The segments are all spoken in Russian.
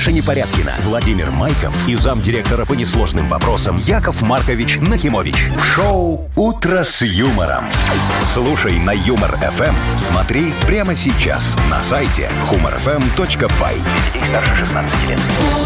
Маша Непорядкина, Владимир Майков и замдиректора по несложным вопросам Яков Маркович Нахимович. В шоу «Утро с юмором». Слушай на Юмор-ФМ. Смотри прямо сейчас на сайте humorfm.by. Для детей старше 16 лет.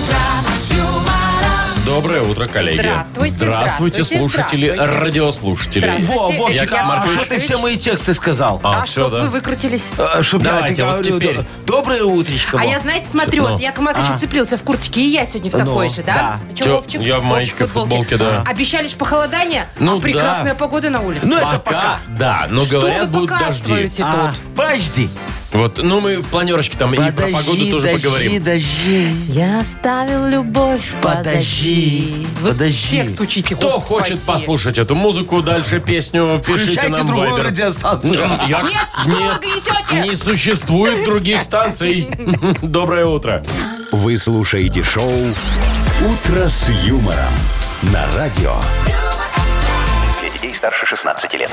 Доброе утро, коллеги. Здравствуйте, слушатели, радиослушатели. Вовчик, а что ты все мои тексты сказал? Все, Вы выкрутились. Давайте, вот теперь. Доброе утречко. А я, знаете, смотрю, вот Яков Маркович уцепился в куртке, и я сегодня в такой же, да? Чё, Вовчик? Я в маечке, в футболке, да. Обещали ж похолодание, Ну, а прекрасная погода на улице. Ну, это Пока, да, но Что говорят, вы будут дожди. показываете тут? Подожди. Вот, ну мы в планерочке там и про погоду тоже поговорим. Подожди. Я оставил любовь позади. Вы Подожди. текст учите, Кто господи. хочет послушать эту музыку, дальше песню, пишите Включайте нам в другую Viber. радиостанцию. Я- Нет, что вы несете? не существует других станций. Доброе утро. Вы слушаете шоу «Утро с юмором» на радио. Для детей старше 16 лет.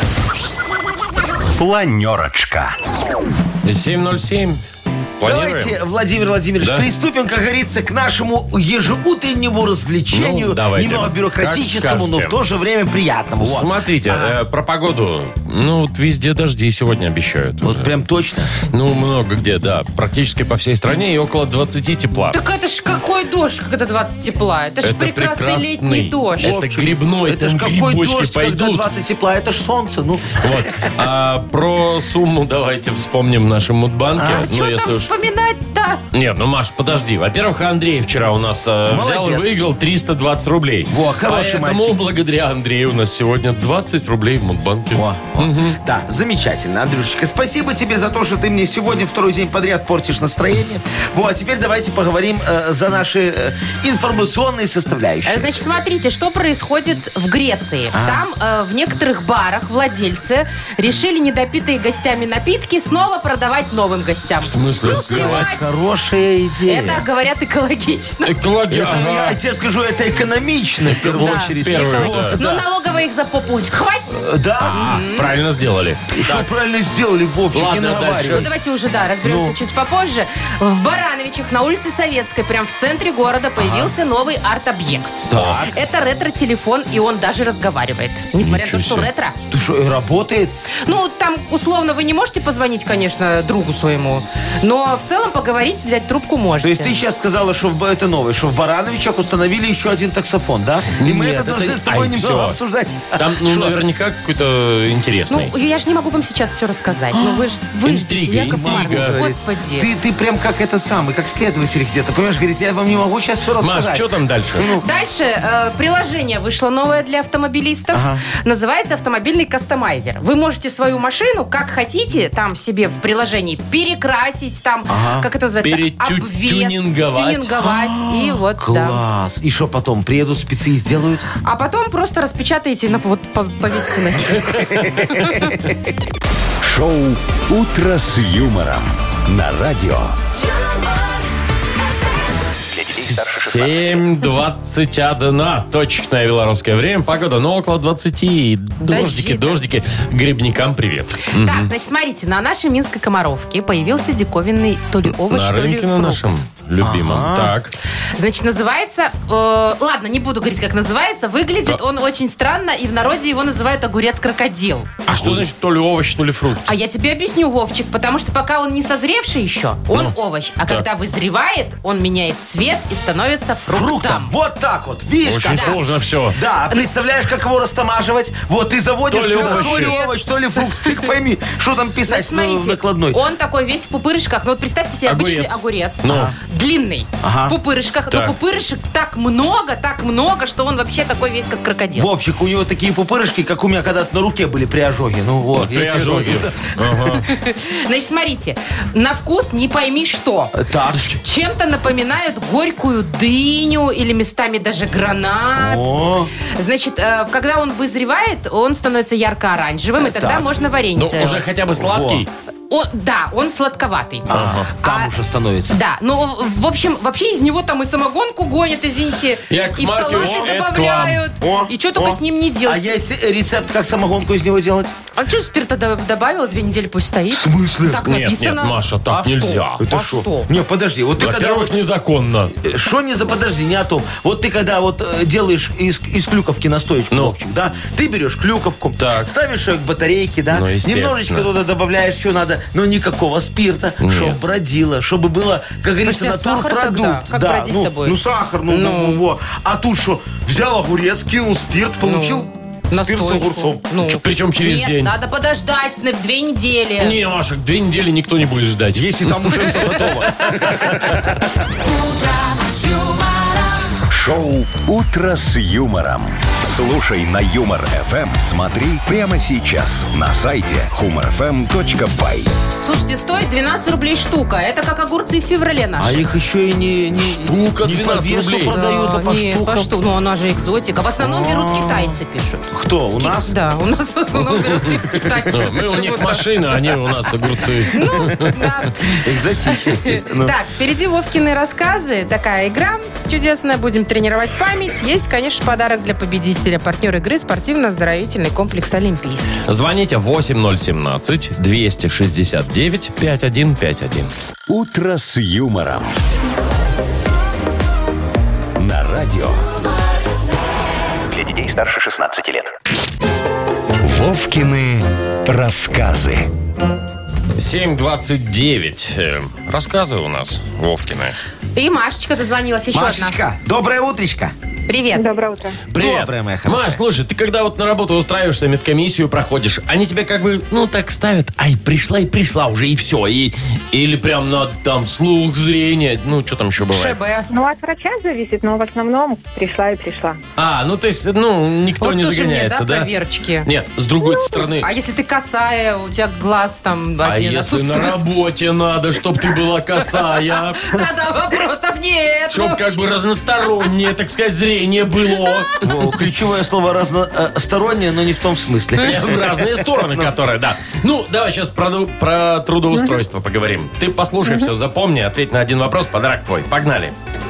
Планерочка. 7:07. Планируем? Давайте, Владимир Владимирович, Да. приступим, как говорится, к нашему ежеутреннему развлечению. Ну, давайте. Немного бюрократическому, Как но в скажете. то же время приятному. Вот. Смотрите, про погоду. Ну, вот везде дожди сегодня обещают. Вот уже. прям точно. Ну, много где, да. Практически по всей стране и около 20 тепла. Так это ж какой дождь, когда 20 тепла? Это ж прекрасный летний дождь. Это грибной, Это ж там какой грибочки дождь, когда пойдут. 20 тепла, это ж солнце. Ну, Вот. А про сумму давайте вспомним в нашем Мудбанке. А что там вспоминать-то? Нет, ну, Маш, подожди. Во-первых, Андрей вчера у нас взял и Молодец. выиграл 320 рублей. Во, хороший Поэтому мальчик. благодаря Андрею у нас сегодня 20 рублей в Мудбанке. Да, замечательно, Андрюшечка. Спасибо тебе за то, что ты мне сегодня второй день подряд портишь настроение. Вот, а теперь давайте поговорим за наши информационные составляющие. Значит, смотрите, что происходит в Греции. Там в некоторых барах владельцы решили недопитые гостями напитки снова продавать новым гостям. В смысле, Ну, сливать? Хорошая идея. Это, говорят, экологично. Экология. Я тебе скажу, это экономично в первую очередь. первую, да. Но налоговая их за попу хватит. Да? Правильно сделали. Что Так, правильно сделали, Вовчик, не Ладно, наговаривай. дальше. Ну, давайте уже, разберемся чуть попозже. В Барановичах на улице Советской, прям в центре города, появился новый арт-объект. Так. Это ретро-телефон, и он даже разговаривает. Несмотря на то, Ничего что себе. ретро. Ты что, работает? Ну, там, условно, вы не можете позвонить, конечно, другу своему, но в целом поговорить, взять трубку То можете. есть ты сейчас сказала, что это новый, что в Барановичах установили еще один таксофон, да? И мы Нет, это должны с тобой ай, немного всё. обсуждать. Там, ну, Что? наверняка какой-то интересный. Ну, я же не могу вам сейчас все рассказать. Ну, вы ждите, Интрига, Яков интрига. Маркович, господи. Ты прям как этот самый, как следователь где-то, понимаешь, говорит, я вам не могу сейчас все Маш, рассказать. что там дальше? Дальше приложение вышло новое для автомобилистов. Называется автомобильный кастомайзер. Вы можете свою машину, как хотите, там себе в приложении перекрасить, там, как это называется, обвес, Тюнинговать. и вот, да. Класс. И что потом? Приедут спецы и сделают? А потом просто распечатаете, повесите на стену. Шоу «Утро с юмором» на радио. Для детей старше 16 лет. 7:21. Точное белорусское время. Погода, ну, около 20. Дождики, да. дождики. Грибникам привет. Так, значит, смотрите, на нашей Минской Комаровке появился диковинный то ли овощ, На то ли рынке на фрукт. нашем любимом. Так. Значит, называется... ладно, не буду говорить, как называется. Выглядит он очень странно, и в народе его называют огурец-крокодил. А что значит то ли овощ, то ли фрукт? А я тебе объясню, Вовчик, потому что пока он не созревший еще, он овощ. А когда вызревает, он меняет цвет и становится фруктом. Фруктом. Вот так вот. Видишь, Очень как? сложно все. Да, а представляешь, как его растамаживать? Вот ты заводишь То ли сюда овощи. то ли овощ, то ли фрукт. Ты пойми, что там писать Значит, в смотрите, накладной. он такой весь в пупырышках. Ну вот представьте себе Огурец. обычный огурец. Ну. Длинный, Ага. в пупырышках. Так. Но пупырышек так много, что он вообще такой весь как крокодил. Вовчик, у него такие пупырышки, как у меня когда-то на руке были при ожоге. Ну вот. При я тебе ожоге. говорю. Значит, смотрите, на вкус не пойми что. Так. Чем-то напоминают горькую дыню или местами даже гранат. О, Значит, когда он вызревает, он становится ярко-оранжевым, и тогда Так. можно варенье Ну, делать. уже хотя бы сладкий. он сладковатый. Там уже становится. Да, ну, в общем, вообще из него там и самогонку гонят, извините, Яков и в Маркович, салаты это к добавляют, вам. и что только с ним не А делать. есть рецепт, как самогонку из него делать? А что спирта добавила, 2 недели пусть стоит? В смысле? Так Нет, написано. нет, Маша, так нельзя. Это А шо? что? Не, подожди, вот ты когда Во-первых, незаконно. Что не за... Подожди, не о том. Вот ты когда вот делаешь из клюковки настоечку, Ну. Вовчик, да? Ты берешь клюковку, Так. ставишь ее к батарейке, да? Ну, естественно. Немножечко туда добавляешь, что надо, но никакого спирта, чтобы бродило, чтобы было, как говорится, есть сахар натурпродукт. тогда? Как да, бродить-то будет? ну сахар, во. А тут что? Взял огурец, кинул спирт, получил спирт с огурцом. Ну. Причем через Нет, день. надо подождать на 2 недели. Не, Маша, 2 недели никто не будет ждать. Если там уже все готово. Шоу «Утро с юмором». Слушай на Юмор ФМ. Смотри прямо сейчас на сайте humorfm.by. Слушайте, стоит 12 рублей штука. Это как огурцы в феврале наши. А их еще и не Штука не по 12 весу рублей. продают, а по нет, штукам. по шту- Ну, она же экзотика. В основном берут китайцы, пишут. Кто, у нас? Да, у нас в основном берут китайцы. Мы у них почему-то. машины, они у нас огурцы. Ну, да. Экзотический. Ну. Так, впереди Вовкины рассказы. Такая игра чудесная. Будем тренировать память. Есть, конечно, подарок для победителя. Партнер игры спортивно-оздоровительный комплекс «Олимпийский». Звоните 8017-269-5151. «Утро с юмором». На радио. Для детей старше 16 лет. Вовкины рассказы. 7:29. Рассказы у нас, Вовкины. И Машечка дозвонилась. Еще одна. Машечка, доброе утречко. Привет. Доброе утро. Привет. Доброе, моя хорошая. Маш, слушай, ты когда вот на работу устраиваешься, медкомиссию проходишь, они тебя как бы, ну, так ставят, ай, пришла и пришла уже, и все. Или прям надо там слух, зрение, ну, что там еще бывает? ШБ. Ну, от врача зависит, но в основном пришла и пришла. А, ну, то есть, ну, никто Вот не тоже мне, загоняется, да? проверочки. Нет, с другой стороны... А если ты косая, у тебя глаз там А один если на отсутствует? работе надо, чтобы ты была косая, Тогда вопросов нет. чтобы как Вовчик. бы разностороннее, так сказать, зрение было. Во, ключевое слово разностороннее, но не в том смысле. В разные стороны, которые, да. Ну, давай сейчас про трудоустройство поговорим. Ты послушай все, запомни, ответь на один вопрос, подарок твой. Погнали.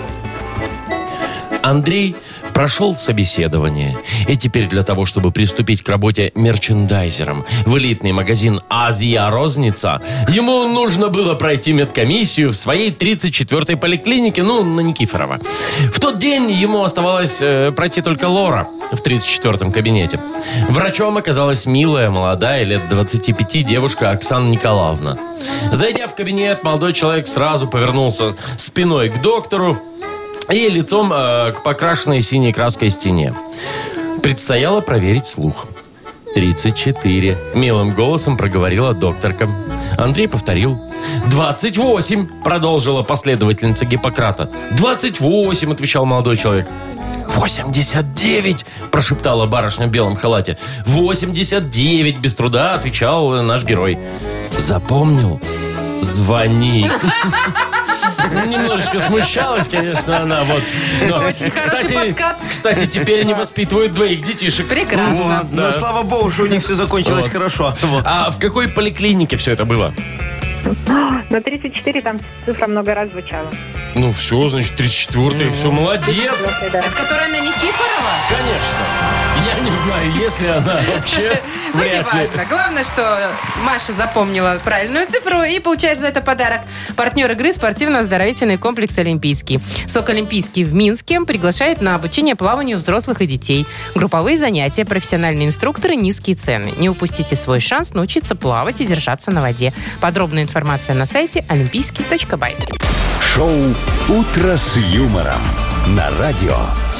Андрей прошел собеседование. И теперь для того, чтобы приступить к работе мерчендайзером в элитный магазин «Азия Розница», ему нужно было пройти медкомиссию в своей 34-й поликлинике, ну, на Никифорова. В тот день ему оставалось пройти только Лора в 34-м кабинете. Врачом оказалась милая, молодая, лет 25 девушка Оксана Николаевна. Зайдя в кабинет, молодой человек сразу повернулся спиной к доктору и лицом к покрашенной синей краской стене. Предстояло проверить слух. 34. Милым голосом проговорила докторка. Андрей повторил. 28, продолжила последовательница Гиппократа. 28, отвечал молодой человек. 89, прошептала барышня в белом халате. 89, без труда отвечал наш герой. Запомнил? Звони. Немножечко смущалась, конечно, она. Вот. Но, Очень хороший подкат. кстати, теперь они воспитывают двоих детишек. Прекрасно. Вот, Ну, да. слава богу, что у них все закончилось Вот. хорошо. Вот. А в какой поликлинике все это было? На 34 там цифра много раз звучала. Ну, все, значит, 34-й. Все, молодец. Да. Это которая на Никифорова? Конечно. Я не знаю, если она вообще Ну, не вряд ли. важно. Главное, что Маша запомнила правильную цифру и получаешь за это подарок. Партнер игры спортивно-оздоровительный комплекс «Олимпийский». СОК «Олимпийский» в Минске приглашает на обучение плаванию взрослых и детей. Групповые занятия, профессиональные инструкторы, низкие цены. Не упустите свой шанс научиться плавать и держаться на воде. Подробная информация на сайте олимпийский.бай. Шоу «Утро с юмором». На радио.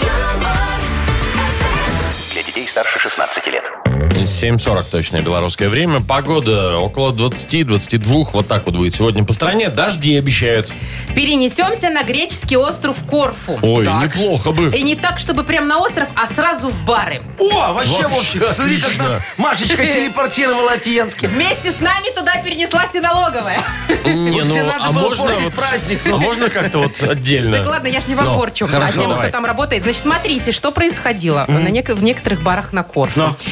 Для детей старше 16 лет. 7:40 точное белорусское время. Погода около 20-22. Вот так вот будет сегодня по стране. Дожди обещают. Перенесемся на греческий остров Корфу. Ой, Так. неплохо бы. И не так, чтобы прям на остров, а сразу в бары. О, вообще, Вообще Вовчик, смотри, как отлично. нас Машечка телепортировала офигенски. Вместе с нами туда перенеслась и налоговая. Не, Вот тебе надо было портить праздник, ну. А можно как-то вот отдельно? Так ладно, я ж не вам Ну, порчу, хорошо, а тем, давай. кто там работает. Значит, смотрите, что происходило в некоторых барах на Корфу. Ну. Значит,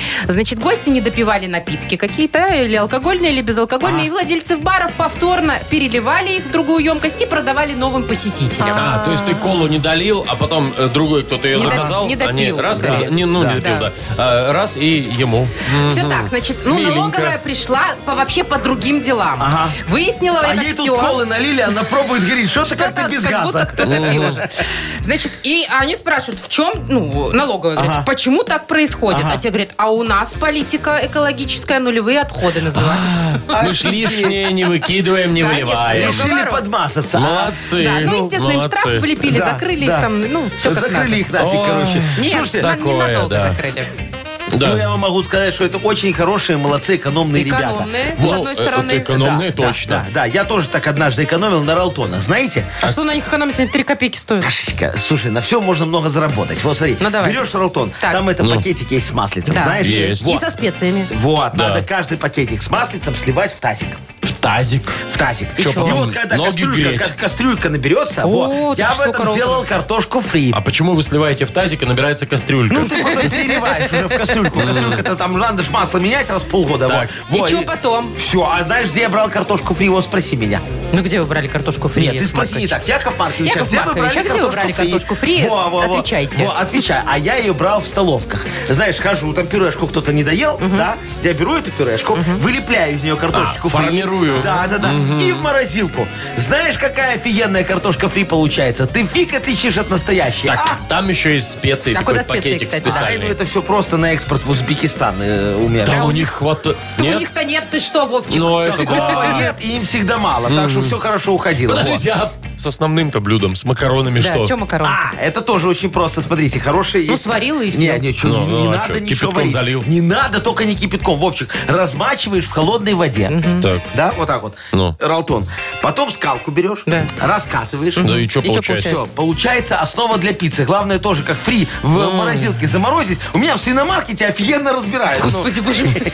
Значит, гости не допивали напитки какие-то, или алкогольные, или безалкогольные, и владельцы баров повторно переливали их в другую емкость и продавали новым посетителям. То есть ты колу не долил, а потом другой кто-то ее Не заказал. не допил, Раз, скорее. не допил, да. Раз и ему. Все так, значит, Миленько. налоговая пришла вообще по другим делам. Ага. Выяснила А это ей все. тут колы налили, она пробует, говорит, что-то как-то без как будто газа. кто-то пил уже. Значит, и они спрашивают, в чем, налоговая, говорит, почему так происходит? А те говорят, а у нас политика экологическая, нулевые отходы называется. Мы ж лишнее не выкидываем, не Конечно. выливаем. Решили подмазаться. Молодцы. Да, естественно, им штраф молодцы. влепили, Да, закрыли да. их там, все как Закрыли надо. их нафиг, Ой. короче. Нет, Слушайте, такое, ненадолго да. закрыли. Да. ну я вам могу сказать, что это очень хорошие, молодцы, экономные ребята. Экономные, с Ну, одной стороны. экономные Да, точно. Да, я тоже так однажды экономил на ралтонах, знаете? А что на них экономить? Они 3 копейки стоят. Машечка, слушай, на все можно много заработать. Вот смотри, Ну, давайте. берешь ралтон, Так. там это пакетик есть с маслицем, Да. знаешь? Есть. И Вот, со специями. вот Да. надо каждый пакетик с маслицем сливать в тазик. Тазик. В тазик. И чё? И вот когда Ноги греть. кастрюлька наберется, О, вот, так я в сколько этом ралтон? делал картошку фри. А почему вы сливаете в тазик и набирается кастрюлька? Ну, ты потом переливаешь уже в кастрюльку. Кастрюлька-то там надо ж масло менять раз в полгода. Так. И что потом? Все, а знаешь, где я брал картошку фри? Вот спроси меня. Ну, где вы брали картошку фри? Нет, ты Яков спроси не Маркович? так. Яков Маркович, Яков где вы Маркович, брали а где вы брали картошку фри? Отвечайте. Отвечай. А я ее брал в столовках. Знаешь, хожу, там пюрешку кто-то не доел, да? Я беру эту пюрешку, вылепляю из нее картошечку фри. формирую. Да. И в морозилку. Знаешь, какая офигенная картошка фри получается? Ты фиг отличишь от настоящей. Так, там еще есть специи, А такой куда специи, пакетик кстати? Ну специальный. это все просто на экспорт в Узбекистан у меня. Там у них хватает... У Нет? них-то нет, ты что, Вовчик? Ну, это Такого да. нет, и им всегда мало. Так что все хорошо уходило. Подождите, а с основным-то блюдом, с макаронами Да, что? что макароны? Это тоже очень просто. Смотрите, хорошие Ну, есть. сварила и съел. Ничего, Ну, не а надо что, ничего кипятком варить. залил? Не надо, только не кипятком. Вовчик, размачиваешь в холодной воде. Так. Да, вот так вот. Ну. Ралтон. Потом скалку берешь, Да. раскатываешь. Да и что И чё получается? Все, получается основа для пиццы. Главное тоже, как фри в морозилке заморозить. У меня в свиномаркете офигенно разбирают. Господи, боже мой.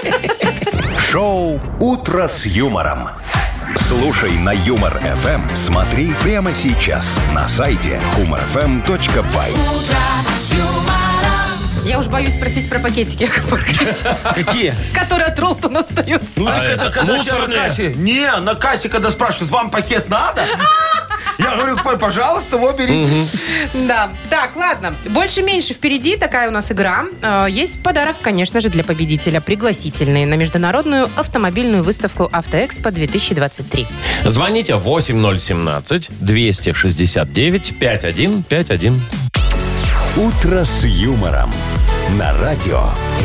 Шоу «Утро с юмором». Слушай на Юмор ФМ. Смотри прямо сейчас на сайте humorfm.by. Я уж боюсь спросить про пакетики, Яков Маркович, Какие? которые от Ролтона остаются. Ну так это это когда тебя на мусорные? кассе. Не, на кассе, когда спрашивают, вам пакет надо? Я говорю, пожалуйста, его берите. Да. Так, ладно. Больше-меньше впереди такая у нас игра. Есть подарок, конечно же, для победителя. Пригласительный на международную автомобильную выставку «Автоэкспо-2023». Звоните 8017-269-5151. «Утро с юмором» на радио.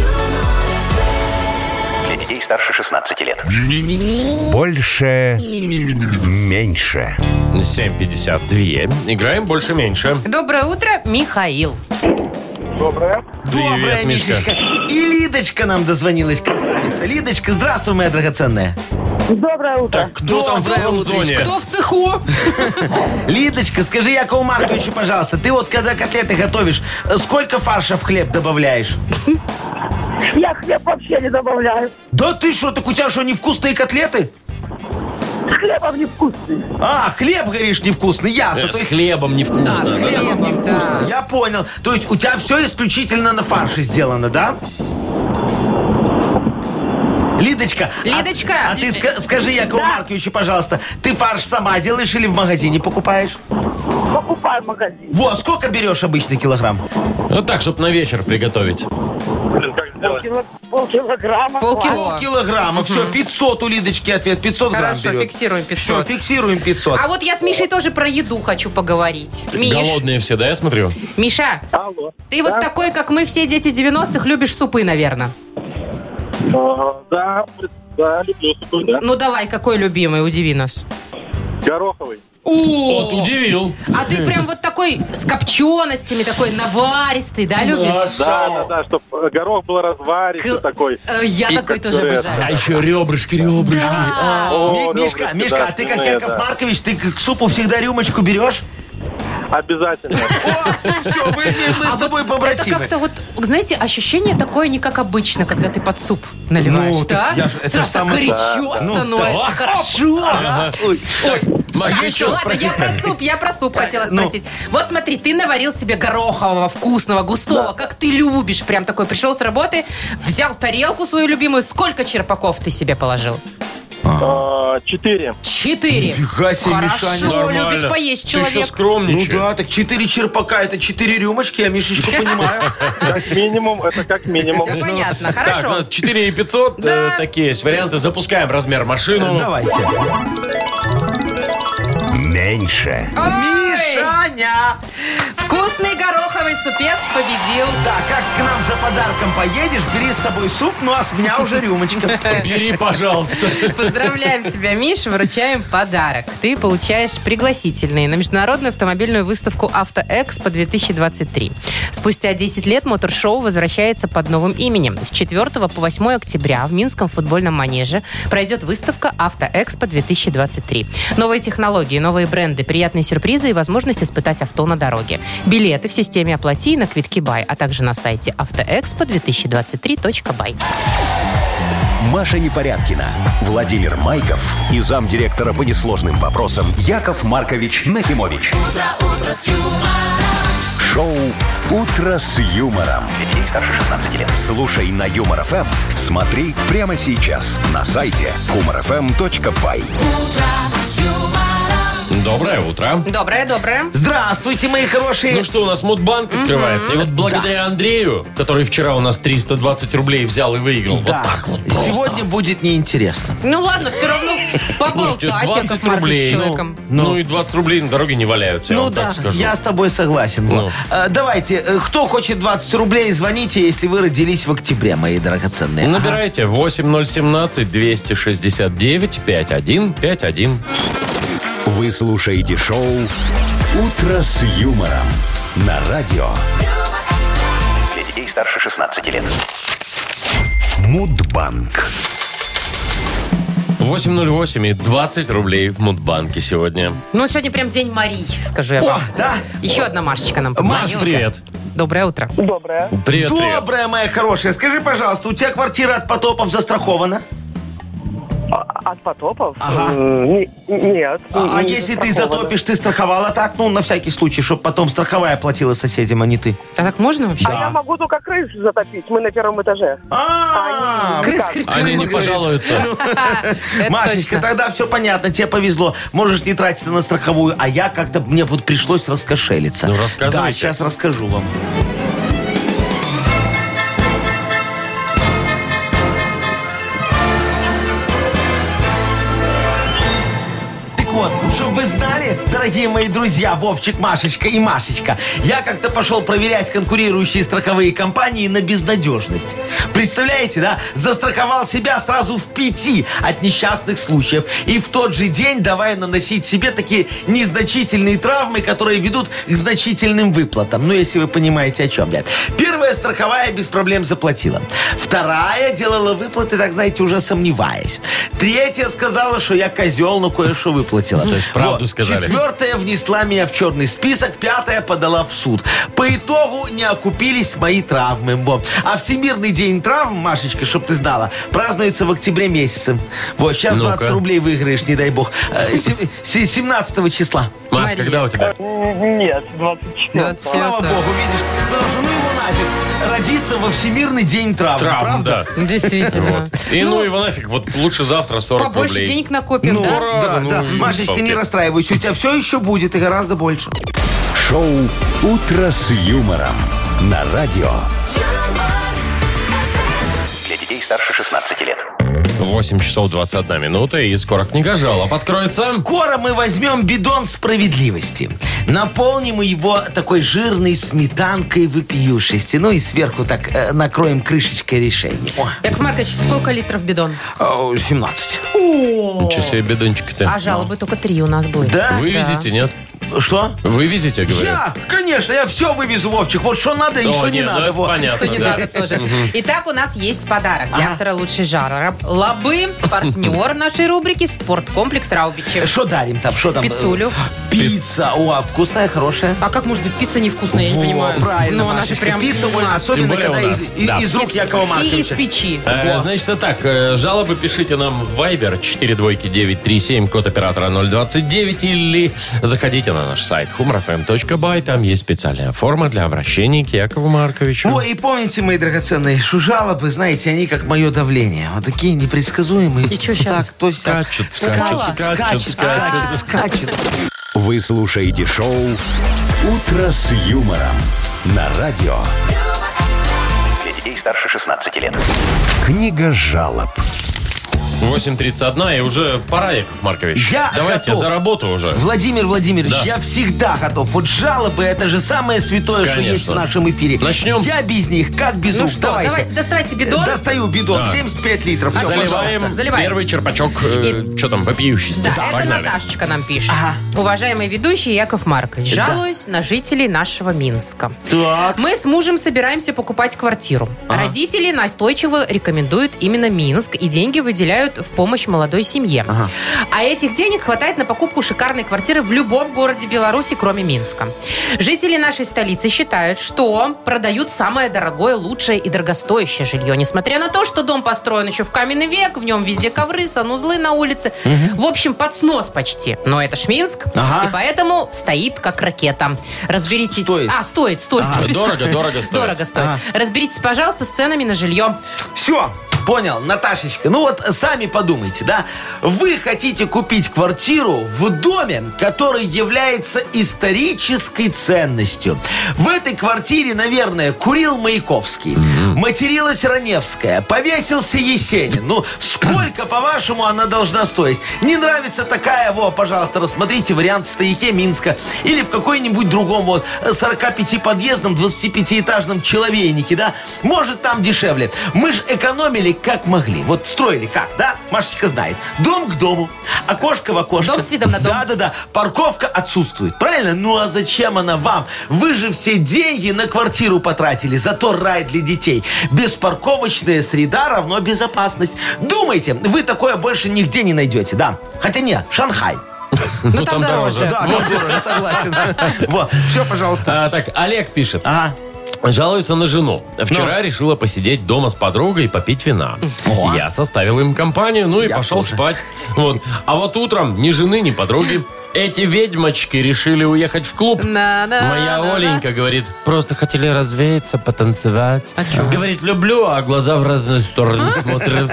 Для детей старше 16 лет. Больше. Меньше. 7:52. Играем больше-меньше. Доброе утро, Михаил. Доброе, Привет, Мишка. Мишечка. И Лидочка нам дозвонилась, красавица. Лидочка, здравствуй, моя драгоценная. Доброе утро. Так, кто там в Доброе каком утро. зоне? Кто в цеху? Лидочка, скажи Якову Марковичу, пожалуйста, ты вот когда котлеты готовишь, сколько фарша в хлеб добавляешь? Я хлеб вообще не добавляю. Да ты что, так у тебя что, невкусные котлеты? С хлебом невкусный. А, хлеб, говоришь, невкусный, ясно. То С есть- хлебом невкусно. А, с да? хлебом да. невкусно. Я понял. То есть у тебя все исключительно на фарше сделано, да? Лидочка, Лидочка. а ты скажи Якову Марковичу, пожалуйста, ты фарш сама делаешь или в магазине покупаешь? Покупаю в магазине. Вот, сколько берешь обычный килограмм? Ну так, чтобы на вечер приготовить. Полкилограмма. Полкило. Полкилограмма. Все, 500 у Лидочки ответ. 500 грамм Хорошо, берет. фиксируем 500. Все, фиксируем 500. А вот я с Мишей тоже про еду хочу поговорить. Миш, Голодные все, да, я смотрю? Миша, Алло. ты вот такой, как мы все дети 90-х, любишь супы, наверное. Да, люблю супы, да. Ну давай, какой любимый, удиви нас. Гороховый. Вот удивил. А ты прям вот такой с копченостями, такой наваристый, да, любишь? Да, чтобы горох был разваристый такой. Я И такой как тоже пюре. обожаю. А еще ребрышки. Да. О, Мишка, ребрышки, Мишка, да, а ты как вкусные, Яков да. Маркович, ты к супу всегда рюмочку берешь? Обязательно. Все, мы с тобой Это побратимы. как-то вот, знаете, ощущение такое не как обычно, когда ты под суп наливаешь, Ну, да? так это ж Сразу самое- горячо Ну, становится, так. хорошо. Ага. Ой. Маш, ты что Ладно, спросить? я про суп хотела Ну. спросить. Вот смотри, ты наварил себе горохового, вкусного, густого, как ты любишь. Прям такой, пришел с работы, взял тарелку свою любимую. Сколько черпаков ты себе положил? 4. 4. Нифига себе, Хорошо, Мишаня. Нормально. любит поесть Ты еще человек. Ну скромничай. да, так 4 черпака, это 4 рюмочки, я Мишечку понимаю. Как минимум, это как минимум. Все понятно, Так, хорошо. ну, 4500, Да. такие есть варианты. Запускаем размер машину. Давайте. Меньше. Ой, Мишаня! вкусный гороховый супец победил. Да, как к нам за подарком поедешь, бери с собой суп, ну а с меня уже рюмочка. Бери, пожалуйста. Поздравляем тебя, Миша, вручаем подарок. Ты получаешь пригласительные на международную автомобильную выставку «Автоэкспо-2023». Спустя 10 лет моторшоу возвращается под новым именем. С 4 по 8 октября в Минском футбольном манеже пройдет выставка «Автоэкспо-2023». Новые технологии, новые бренды, приятные сюрпризы и возможность испытать авто на дороге. Билеты в системе «Оплати» и на Квитки Бай, а также на сайте автоэкспо2023.бай. Маша Непорядкина, Владимир Майков и замдиректора по несложным вопросам Яков Маркович Нахимович. Шоу «Утро с юмором». Для детей старше 16 лет. Слушай на Юмор ФМ, смотри прямо сейчас на сайте humorfm.by. Доброе утро. Доброе. Здравствуйте, мои хорошие. Ну что, у нас Мудбанк открывается. И вот благодаря Андрею, который вчера у нас 320 рублей взял и выиграл. Да. Вот так вот просто. Сегодня будет неинтересно. Ну ладно, все равно Слушайте, поболтать, 20 Яков Маркович, с рублей. человеком. Ну и 20 рублей на дороге не валяются, я Ну вам да, так скажу. я с тобой согласен. Во. Ну. Давайте, кто хочет 20 рублей, звоните, если вы родились в октябре, мои драгоценные. Набирайте 8017-269-5151. Вы слушаете шоу «Утро с юмором» на радио Для детей старше 16 лет. Мудбанк. 808 и 20 рублей в Мудбанке сегодня. Ну, сегодня прям день Марии, скажу я О, вам. да? Еще одна Машечка нам Маш, позвонила. привет. Доброе утро. Доброе. Привет, привет. Добрая моя хорошая. Скажи, пожалуйста, у тебя квартира от потопов застрахована? От потопов? Ага. Нет. А не если ты застрахована. затопишь, ты страховала так? Ну, на всякий случай, чтобы потом страховая платила соседям, а не ты. А так можно вообще? А я могу только крыс затопить. Мы на первом этаже. Крыс, Они не пожалуются. Это Машечка, точно. тогда все понятно, тебе повезло. Можешь не тратиться на страховую, а я как-то, мне вот пришлось раскошелиться. Ну, рассказывайте. Да, сейчас расскажу вам. Так вот, чтобы вы знали, дорогие мои друзья, Вовчик, Машечка и Машечка, я как-то пошел проверять конкурирующие страховые компании на безнадежность. Представляете, да? Застраховал себя сразу в 5 от несчастных случаев. И в тот же день давай наносить себе такие незначительные травмы, которые ведут к значительным выплатам. Ну, если вы понимаете, о чем я. Первая страховая без проблем заплатила. Вторая делала выплаты, так знаете, уже сомневаясь. Третья сказала, что я козел, но кое-что выплатила. То есть правду сказали. Четвертая внесла меня в черный список, пятая подала в суд. По итогу не окупились мои травмы. Вот. А Всемирный день травм, Машечка, чтоб ты знала, празднуется в октябре месяце. Вот, сейчас Ну-ка. 20 рублей выиграешь, не дай бог. 17 числа. Маш, Мария. когда у тебя? Нет, 24. 27. Слава богу, видишь. Потому что ну его нафиг. Родиться во Всемирный день травм, Травм, правда? да. Ну, действительно. Вот. И ну его нафиг, вот лучше завтра 40 Побольше рублей. денег накопим, Ну, да? раза, да, ну, да. и Машечка, палки. не расстраивайся, у тебя все еще будет и гораздо больше. Шоу «Утро с юмором» на радио. Для детей старше 16 лет. 8 часов 21 минута, и скоро книга жалоб откроется. Скоро мы возьмем бидон справедливости. Наполним его такой жирной сметанкой вопиюшести. Ну и сверху так накроем крышечкой решения. Яков Маркович, сколько литров бидон? 17. Ничего себе, бедончик-то. А жалобы только 3 у нас будет. Да? Вывезите, нет? Что? Вывезете, говорю? Конечно, я все вывезу, Вовчик. Вот что надо и что не нет, надо. это вот. понятно, Что не да. надо тоже. Итак, у нас есть подарок для автора лучшей жары. Лабы, партнер нашей рубрики «Спорткомплекс Раубичи». Что дарим там? Что там? Пиццулю. Пицца. О, вкусная, хорошая. А как может быть пицца невкусная, я не Во, понимаю. правильно, Ну, она же Машечка. прям... Пицца, особенно, Тем более когда у нас. из рук Якова И из Марковича. печи. Значит, так, жалобы пишите нам в Viber 42937, код оператора 029, или заходите на наш сайт humorfm.by. Там есть специальная форма для обращения к Якову Марковичу. Ой, и помните, мои драгоценные, что жалобы, знаете, они как мое давление. Вот такие непредсказуемые. И чё щас? Так, то сяк. Скачет. Вы слушаете шоу «Утро с юмором» на радио. Для детей старше 16 лет. Книга жалоб. 8:31, и уже пора, Яков Маркович. Я Давайте готов. за работу уже. Владимир Владимирович, Да. я всегда готов. Вот жалобы, это же самое святое, что Конечно. есть в нашем эфире. Начнем? Я без них, как без Ну рук. что, Давайте. доставайте бидон. Достаю бидон, 75 литров. Все, Заливаем Заливаем. первый черпачок, что там, вопиющести. Да, это Погнали. Наташечка нам пишет. Уважаемый ведущий Яков Маркович, жалуюсь на жителей нашего Минска. Так. Мы с мужем собираемся покупать квартиру. Родители настойчиво рекомендуют именно Минск и деньги выделяют в помощь молодой семье. А этих денег хватает на покупку шикарной квартиры в любом городе Беларуси, кроме Минска. Жители нашей столицы считают, что продают самое дорогое, лучшее и дорогостоящее жилье, несмотря на то, что дом построен еще в каменный век, в нем везде ковры, санузлы на улице. В общем, под снос почти. Но это ж Минск, Ага. и поэтому стоит как ракета. Разберитесь... Стоит. Стоит. Дорого стоит. Дорого стоит. Разберитесь, пожалуйста, с ценами на жилье. Все, понял, Наташечка. Ну вот сами подумайте, да? Вы хотите купить квартиру в доме, который является исторической ценностью. В этой квартире, наверное, курил Маяковский, материлась Раневская, повесился Есенин. Ну, сколько, по-вашему, она должна стоить? Не нравится такая, пожалуйста, рассмотрите вариант в стояке Минска или в какой-нибудь другом 45-подъездном, 25-этажном человейнике, да? Может, там дешевле. Мы же экономили как могли. Вот строили как, да? Машечка знает. Дом к дому, окошко в окошко. Дом с видом на дом. Да. Парковка отсутствует. Правильно? Ну а зачем она вам? Вы же все деньги на квартиру потратили. Зато рай для детей. Беспарковочная среда равно безопасность. Думайте, вы такое больше нигде не найдете, да? Хотя не, Шанхай. Ну, там дороже. Да, там дорого, согласен. Вот, все, пожалуйста. Так, Олег пишет. Ага. Жалуется на жену. Вчера решила посидеть дома с подругой и попить вина. Я составил им компанию, и Я пошел тоже. спать. Вот. А вот утром ни жены, ни подруги. Эти ведьмочки решили уехать в клуб. Моя Оленька говорит, просто хотели развеяться, потанцевать. Говорит, люблю, а глаза в разные стороны смотрят.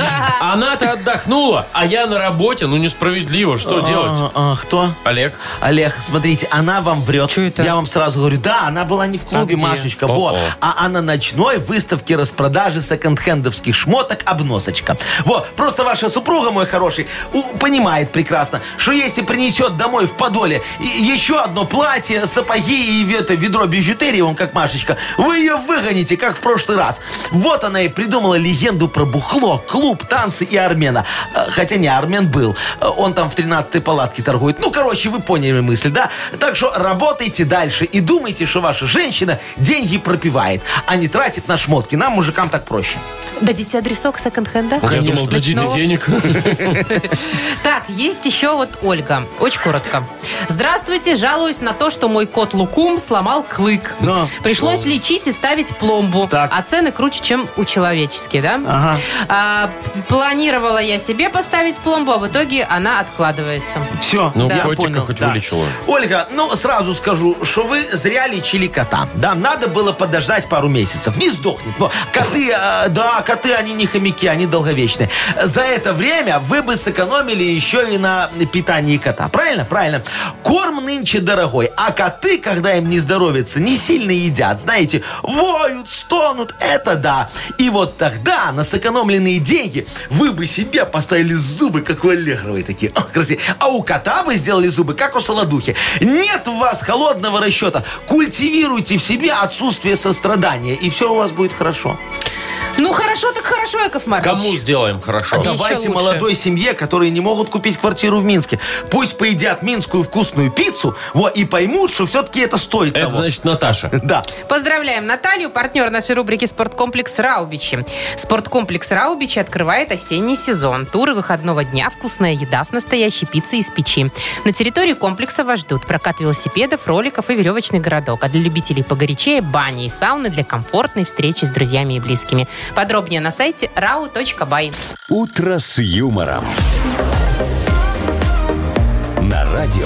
Она-то отдохнула, а я на работе. Ну, несправедливо. Что делать? Кто? Олег? Олег, смотрите, она вам врет. Чё это? Я вам сразу говорю, да, она была не в клубе, А где? Машечка, О-о. а на ночной выставке распродажи секонд-хендовских шмоток «Обносочка». Просто ваша супруга, мой хороший, понимает прекрасно, что если принесет домой в подоле еще одно платье, сапоги и ведро бижутерии, как Машечка, вы ее выгоните, как в прошлый раз. Вот она и придумала легенду про бухло, клуб, танцы и Армена. Хотя не, Армен был. Он там в 13-й палатке торгует. Ну, короче, вы поняли мысль, да? Так что работайте дальше и думайте, что ваша женщина деньги пропивает, а не тратит на шмотки. Нам, мужикам, так проще. Дадите адресок секонд-хенда? Я думал, дадите Ночного. денег. Так, есть еще Ольга. Очень коротко. Здравствуйте, жалуюсь на то, что мой кот Лукум сломал клык. Но. Пришлось лечить и ставить пломбу. Так. А цены круче, чем у человеческие, да? Ага. Планировала я себе поставить пломбу, а в итоге она откладывается. Все, Ну, я котика понял. хоть да. вылечила. Ольга, сразу скажу, что вы зря лечили кота. Да, надо было подождать пару месяцев. Не сдохнет. Но коты, они не хомяки, они долговечные. За это время вы бы сэкономили еще и на питании кота. Правильно? Правильно. Корм нынче дорогой, а коты, когда им не здоровится, не сильно едят. Знаете, воют, стонут. Это да. И вот тогда на сэкономленные деньги вы бы себе поставили зубы, как у Аллегровой такие. О, красиво. А у кота бы сделали зубы, как у Солодухи. Нет у вас холодного расчета. Культивируйте в себе отсутствие сострадания, и все у вас будет хорошо. Ну, хорошо, так хорошо, Яков Маркович. Кому сделаем хорошо? Еще Давайте лучше. молодой семье, которые не могут купить квартиру в Минске, пусть поедят минскую вкусную пиццу, и поймут, что все-таки это стоит Это того. значит Наташа. Да. Поздравляем Наталью, партнер нашей рубрики «Спорткомплекс Раубичи». Спорткомплекс Раубичи открывает осенний сезон. Туры выходного дня, вкусная еда с настоящей пиццей из печи. На территории комплекса вас ждут прокат велосипедов, роликов и веревочный городок. А для любителей погорячее – бани и сауны для комфортной встречи с друзьями и близкими. Подробнее на сайте rau.by. «Утро с юмором». На радио.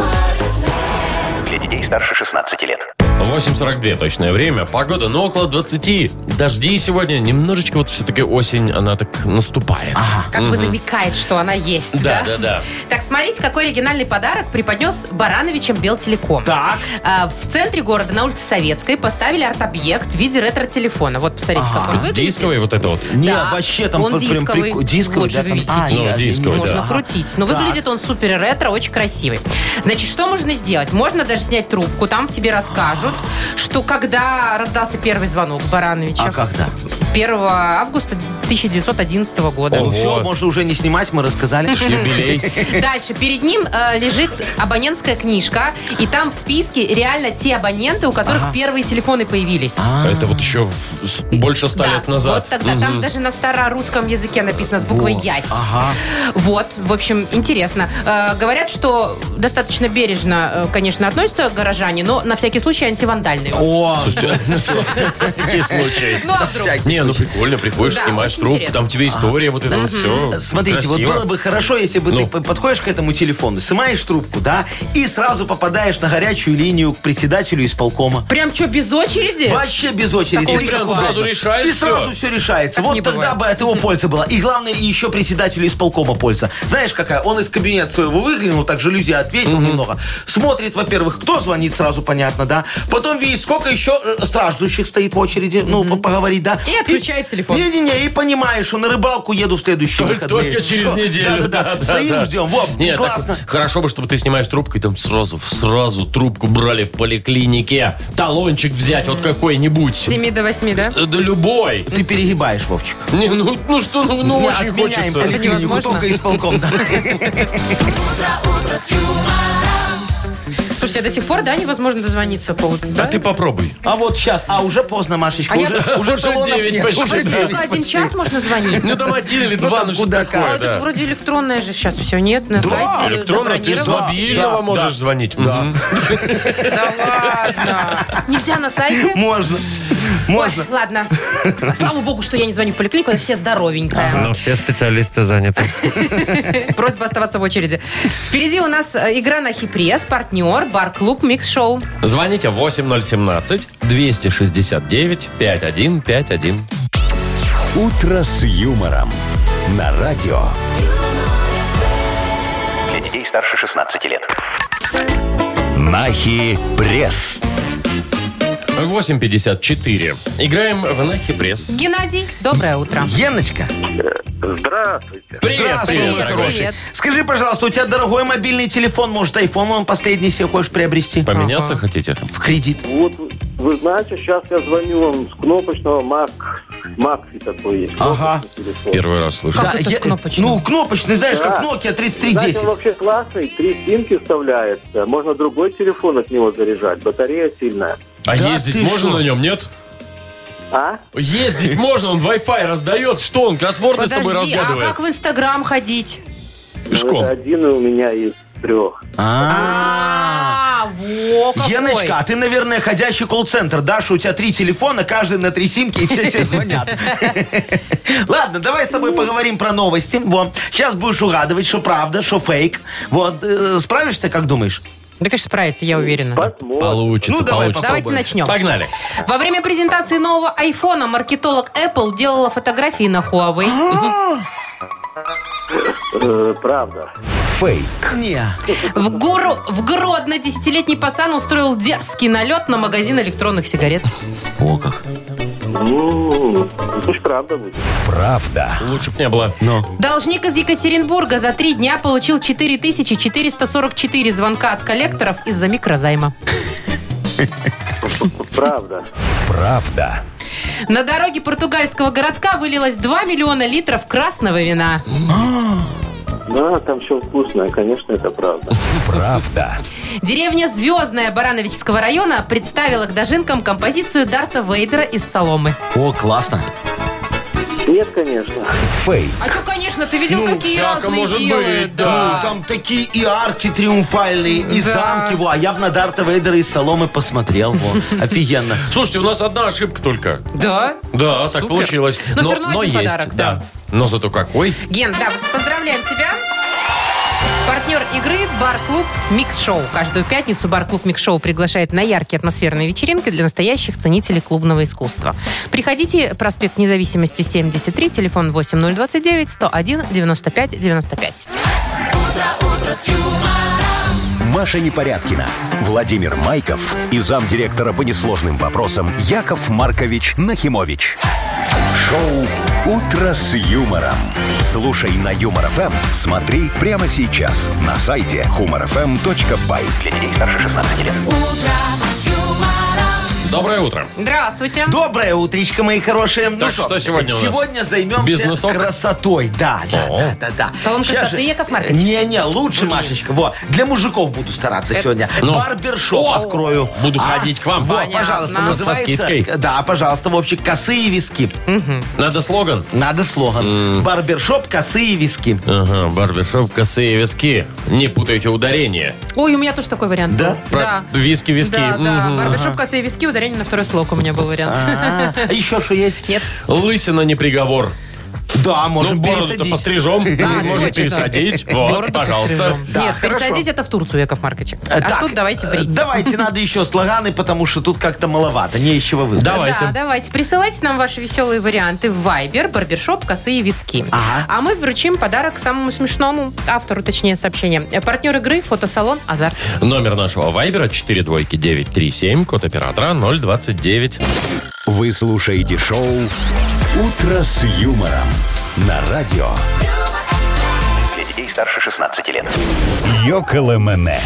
Для детей старше 16 лет. 8:42 точное время. Погода, около 20. Дожди сегодня. Немножечко все-таки осень, она так наступает. Как бы намекает, что она есть, да? Да. Так, смотрите, какой оригинальный подарок преподнес Барановичам Белтелеком. Так. В центре города, на улице Советской, поставили арт-объект в виде ретро-телефона. Вот, посмотрите, как он выглядит. Дисковый вот это вот. Не, Да, вообще там он прям дисковый. дисковый, Вот же, да, там- видите, Ну, дисковый, можно да. крутить. Но выглядит он супер ретро, очень красивый. Значит, что можно сделать? Можно даже снять трубку, там тебе расскажут, что когда раздался первый звонок Барановича. А когда? 1 августа 1911 года. Ого. Все, можно уже не снимать, мы рассказали. Юбилей. Дальше. Перед ним лежит абонентская книжка, и там в списке реально те абоненты, у которых первые телефоны появились. Это вот еще больше 100 Да, лет назад. Вот тогда. Там даже на старорусском языке написано с буквой «ять». Вот, в общем, интересно. Говорят, что достаточно бережно, конечно, относятся горожане, но на всякий случай антивандальные. О, Слушайте, на всякий случай. Ну, а вдруг? Не, ну прикольно, приходишь, Да, снимаешь очень трубку, интересно. там тебе история, вот это вот все. смотрите, вот было бы хорошо, если бы Ну. ты подходишь к этому телефону, снимаешь трубку, да, и сразу попадаешь на горячую линию к председателю исполкома. Прям что, без очереди? Вообще без очереди. Такого И прям никакого. сразу решаешь И все. сразу все решается. Так Вот не тогда бывает. бы от его польза была. И главное, и еще председателю исполкома польза. Знаешь, какая? Он из кабинета своего выглянул, так жалюзи отвесил немного. Смотрит, во-первых, кто звонит, сразу понятно, да. Потом видит, сколько еще страждущих стоит в очереди, поговорить, да. И отключает телефон. Не-не-не, и понимаешь, что на рыбалку еду в следующие выходные. Только через Всё. неделю. Да-да-да. Стоим, ждем. Вот, Нет, так классно. хорошо бы, чтобы ты снимаешь трубку, и там сразу трубку брали в поликлинике. Талончик взять, вот какой-нибудь. С 7 до 8, да? Да любой. Ты перегибаешь, Вовчик. Не, ну что, ну Не, очень отменяем хочется. поликлинику, невозможно. только исполком, да. Слушайте, а до сих пор, да, невозможно дозвониться по... А ты попробуй. А вот сейчас, уже поздно, Машечка, А я- уже талонов 9 нет, почти. уже Подожди, 9. только 1 час можно звонить? Ну там 1 или 2, там ну что куда А такое, это да. вроде электронное же сейчас все, нет? На сайте Электронно ты с забронировал. мобильного Да, можешь да. звонить. Да ладно. Нельзя на сайте? Можно. Можно. Ой, ладно. Слава богу, что я не звоню в поликлинику, я все здоровенькая. Но все специалисты заняты. Просьба оставаться в очереди. Впереди у нас игра на хипресс, партнер, бар-клуб Микс Шоу. Звоните 8017-269-5151. «Утро с юмором». На радио. Для детей старше 16 лет. Нахи пресс. 8:54. Играем в Нахи Пресс. Геннадий, доброе утро. Геночка, Здравствуйте. Привет, Здравствуй, привет, мой дорогой. хороший. Привет. Скажи, пожалуйста, у тебя дорогой мобильный телефон, может, айфон, он последний себе хочешь приобрести? Поменяться хотите? В кредит. Вот, вы знаете, сейчас я звоню вам с кнопочного Макси такой есть. Ага. кнопочный телефон. Первый раз слышу. Как это с кнопочным? Ну, кнопочный, знаешь, как Да. Nokia Знаете, 3310. он вообще классный, 3 симки вставляется. Можно другой телефон от него заряжать. Батарея сильная. А Да ездить ты можно шо? на нем, нет? А? Ездить можно, он Wi-Fi раздает. Что он, кроссворды с тобой Подожди, а разгадывает? как в Инстаграм ходить? Пешком. Это один у меня из 3. Во какой. Геночка, а ты, наверное, ходящий колл-центр, да, что у тебя 3 телефона, каждый на 3 симки, и все тебе звонят. Ладно, давай с тобой поговорим про новости. Вот. Сейчас будешь угадывать, что правда, что фейк. Вот. Справишься, как думаешь? Да, конечно, справится, я уверена. Посмотрим. Получится, Ну, давай получится. Давайте начнем. Погнали. Во время презентации нового айфона маркетолог Apple делала фотографии на Huawei. Правда. Фейк. Не. В Гродно 10-летний пацан устроил дерзкий налет на магазин электронных сигарет. О, как. Пусть правда будет. Правда. Лучше б не было. Должник из Екатеринбурга за 3 дня получил 4444 звонка от коллекторов из-за микрозайма. Правда. Правда. На дороге португальского городка вылилось 2 миллиона литров красного вина. Да, там все вкусное, конечно, это правда. Правда. Деревня Звездная Барановического района представила к дожинкам композицию Дарта Вейдера из соломы. О, классно. Нет, конечно. Фейк. А что, конечно, ты видел, какие всяко разные может делают. быть, да. Ну, там такие и арки триумфальные, и Да. замки. Во, а я бы на Дарта Вейдера из соломы посмотрел. Во. Офигенно. Слушайте, у нас одна ошибка только. Да? Да, так Супер. получилось. Но всё равно один есть, подарок, да. Но зато какой. Ген, да, поздравляем тебя. Партнер игры «Бар-клуб Микс Шоу». Каждую пятницу «Бар-клуб Микс Шоу» приглашает на яркие атмосферные вечеринки для настоящих ценителей клубного искусства. Приходите, проспект Независимости, 73, телефон 8029 101 95 95. Маша Непорядкина, Владимир Майков и замдиректора по несложным вопросам Яков Маркович Нахимович. Шоу «Утро с юмором». Слушай на Юмор ФМ, смотри прямо сейчас на сайте humorfm.by. Для детей старше 16 лет. Доброе утро. Здравствуйте. Доброе утречко, мои хорошие. Так, что сегодня у нас? Сегодня займемся Бизнесок? красотой. Да. Салон Щас красоты, же- Яков Маркович? Не, лучше, Машечка. Вот. Для мужиков буду стараться сегодня. Ну. Барбершоп открою. Буду ходить к вам. Вот, Понятно. пожалуйста, Со называется... скидкой? Да, пожалуйста, Вовчик, косые виски. Надо слоган? Надо слоган. Барбершоп, косые виски. Ага, барбершоп, косые виски. Не путайте ударение. Ой, у меня тоже такой вариант Да? был. Да. Виски. Да, да. Мгм. Барбершоп, косые виски, ударение на второй слог у меня был вариант. А еще что есть? Нет. Лысина не приговор. Да, можем бороду-то пересадить. пострижем. Можно точно. пересадить. Вот, Бороду пожалуйста. пострижем. Да, Нет, хорошо. пересадить это в Турцию, Яков Маркович. А Так, тут давайте бриться. Давайте, надо еще слоганы, потому что тут как-то маловато. Не из чего выбрать. Давайте. Да, давайте. Присылайте нам ваши веселые варианты в Viber, барбершоп, косые виски. Ага. А мы вручим подарок самому смешному автору, точнее, сообщения. Партнер игры фотосалон «Азарт». Номер нашего вайбера 42937, код оператора 029. Вы слушаете шоу «Утро с юмором» на радио. Для детей старше 16 лет. Йоколэмэне.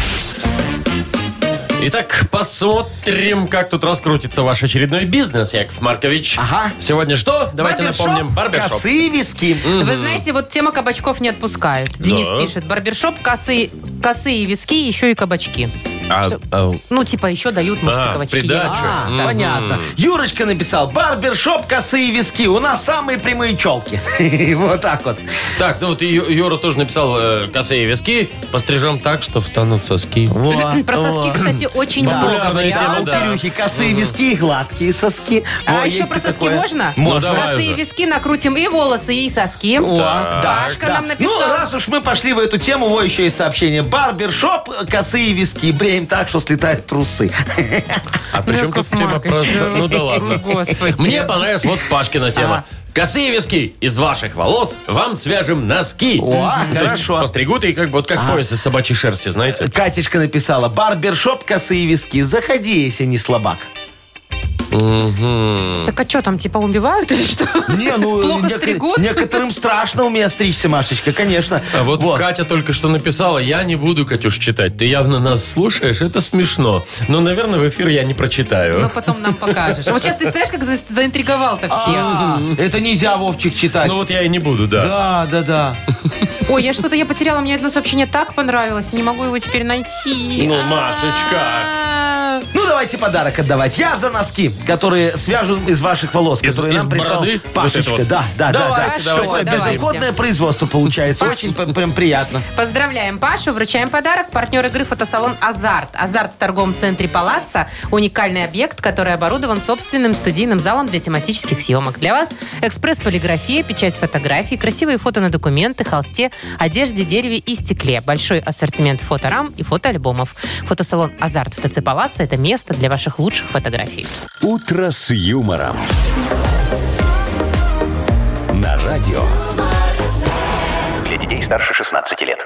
Итак, посмотрим, как тут раскрутится ваш очередной бизнес, Яков Маркович. Ага. Сегодня что? Давайте Барбершоп. напомним. Барбершоп. Косые виски. Вы знаете, вот тема кабачков не отпускает. Денис Да. пишет, барбершоп, косые виски, еще и кабачки. Ну, типа, еще дают, может, и в кабачки. придачу. есть. Понятно. Юрочка написал, барбершоп, косые виски. У нас самые прямые челки. Вот так вот. Так, ну вот и Юра тоже написал косые виски, пострижем так, что встанут соски. Про соски, кстати, очень много Популярная тема, вариантов. У да. Кирюхи косые виски и гладкие соски. А О, еще есть про и соски такое. можно? Ну, давай Косые уже. виски накрутим и волосы, и соски. О, да, Пашка да. нам написал. Ну, раз уж мы пошли в эту тему, вот еще есть сообщение. Барбершоп, косые виски. Бреем так, что слетают трусы. А при чем Яков тут тема про... Маркович, Ну да ладно. Господи. Мне понравилась вот Пашкина тема. Косые виски из ваших волос вам свяжем носки. О, То есть хорошо. постригут и как бы вот как пояс из собачьей шерсти, знаете? Катечка написала, барбершоп, косые виски. Заходи, если не слабак. Так а что там, типа, убивают или что? Не, ну, Плохо стригут? некоторым страшно у меня стричься, Машечка, конечно. А вот Катя только что написала, я не буду, Катюш, читать. Ты явно нас слушаешь, это смешно. Но, наверное, в эфир я не прочитаю. Ну, потом нам покажешь. Вот сейчас ты знаешь, как заинтриговал-то всех. Это нельзя, Вовчик, читать. Ну вот я и не буду, да. Да. Ой, я потеряла, мне одно сообщение так понравилось, не могу его теперь найти. Ну, Машечка. Ну, давайте подарок отдавать. Я за носки, которые свяжут из ваших волос, которые из нам прислал бороды? Пашечка. Вот это вот. Да. Давайте, давайте. Такое Давайте. безотходное производство получается. Очень прям приятно. Поздравляем Пашу, вручаем подарок. Партнер игры фотосалон «Азарт». «Азарт» в торговом центре «Палаццо». Уникальный объект, который оборудован собственным студийным залом для тематических съемок. Для вас экспресс-полиграфия, печать фотографий, красивые фото на документы, холсте, одежде, дереве и стекле. Большой ассортимент фоторам и фотоальбомов. Фотосалон «Азарт» в ТЦ «Палаццо» — это место для ваших лучших фотографий. «Утро с юмором». На радио. Для детей старше 16 лет.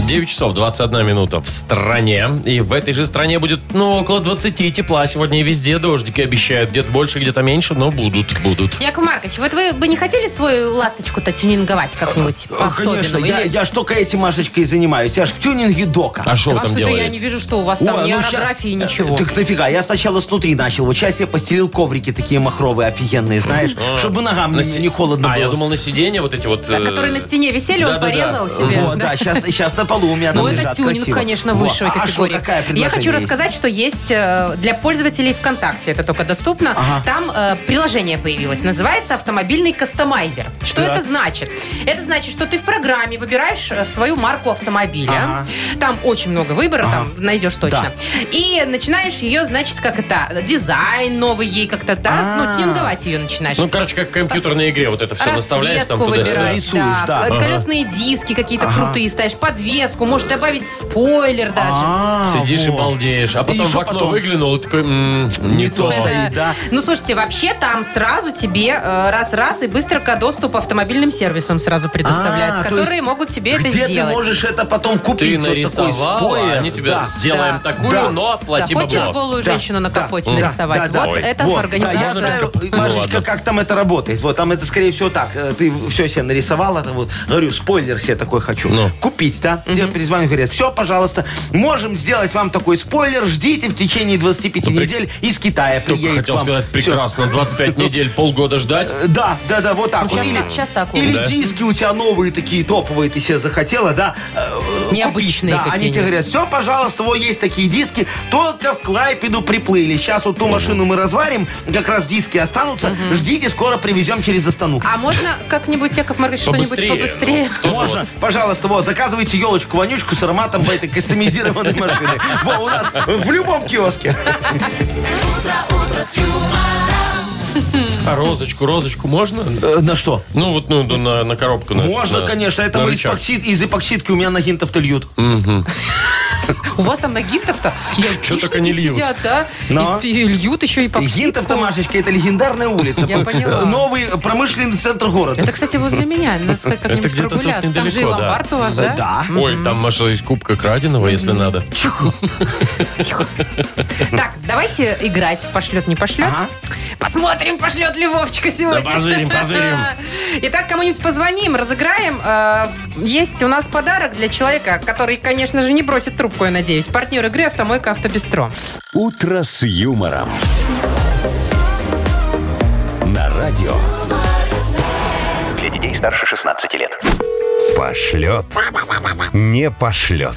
9 часов 21 минута в стране. И в этой же стране будет, около 20 тепла. Сегодня и везде дождики обещают. Где-то больше, где-то меньше, но будут. Яков Маркович, вот вы бы не хотели свою ласточку-то тюнинговать как-нибудь Конечно, по-особенному? я ж только этим, Машечкой, занимаюсь. Я ж в тюнинге дока. А что вы А там что-то я делаете? не вижу, что у вас там Ой, ни ну аэрографии, ща- ничего. Так нафига, я сначала снутри начал. Вот сейчас я постелил коврики такие махровые, офигенные, знаешь, чтобы ногам не холодно было. Я думал, на сиденье вот эти вот... Которые на стене висели, он да-да-да. порезал себе. Вот, да, сейчас на полу у меня там Ну, это лежат тюнинг, красиво. конечно, Вот. высшей А категории. что, какое Я предложение хочу есть? рассказать, что есть для пользователей ВКонтакте, это только доступно. Там приложение появилось, называется «Автомобильный кастомайзер». Что Так. это значит? Это значит, что ты в программе выбираешь свою марку автомобиля. Там очень много выбора, там найдешь точно. И начинаешь ее, значит, как это, дизайн новый ей как-то, да? Тюнинговать ее начинаешь. Ну, короче, как в компьютерной игре вот это все наставляешь там Расцветку туда-сюда. выбирать, Рисуешь, да. Колесные диски какие-то крутые ставишь, подвеску, может добавить спойлер даже. Сидишь и балдеешь. А потом что в окно потом? выглянул и такой, не то. стоит, да. Ну, слушайте, вообще там сразу тебе раз-раз и быстро доступ автомобильным сервисам сразу предоставляют, то которые есть могут тебе это Где сделать. ты можешь это потом Ты купить? Вот такой нарисовал, спойлер. а они тебе Да. сделаем Да. такую, Да. но плати Хочешь бабло. голую женщину на капоте Да, нарисовать? да, Вот да. это Вот. организация. Да, я знаю, Ну, Машечка, ладно. как там это работает. Вот там это, скорее всего, так. Ты все себе нарисовала. Вот, говорю, спойлер себе такой хочу. Ну. Купить, да? Тебе перезвонят, говорят, все, пожалуйста, можем сделать вам такой спойлер. Ждите в течение 25 недель из Китая Только приедет хотел к вам. сказать, прекрасно, 25 недель, полгода ждать. Да, вот так. Ну, вот. сейчас так вот. Или Да. диски у тебя новые такие топовые, ты себе захотела, да? Необычные купить, да. Они какие-нибудь. тебе говорят, все, пожалуйста, вот есть такие диски, только в Клайпеду приплыли. Сейчас вот ту машину мы разварим, как раз диски останутся. Ждите, скоро привезем через Астану. А можно как-нибудь, Яков Маркович, что-нибудь побыстрее? Тоже Можно, вот. пожалуйста, вот, заказывайте елочку-вонючку с ароматом этой кастомизированной машины. Во, у нас в любом киоске. А розочку можно? На что? Ну, вот на коробку. Можно, конечно. Это на мы рычаг. из эпоксидки у меня на гинтов-то льют. У вас там на гинтов-то Чё только не льют. сидят, да? Но. И льют еще и по Гинтов-то, Машечка, это легендарная улица. Я поняла. Новый промышленный центр города. Это, кстати, возле меня. Надо как-нибудь где-то тут прогуляться. Там же и недалеко, да. ломбард у вас, да? Да. Ой, там, Маша, из кубка краденого, если надо. Так, давайте играть. Пошлет, не пошлет. Ага. Посмотрим, пошлет ли Вовчика сегодня. Да позырим. Итак, кому-нибудь позвоним, разыграем. Есть у нас подарок для человека, который, конечно же, не бросит трубку, я надеюсь. Партнер игры «Автомойка Автобестро». «Утро с юмором». На радио. Для детей старше 16 лет. Пошлет. Не пошлет.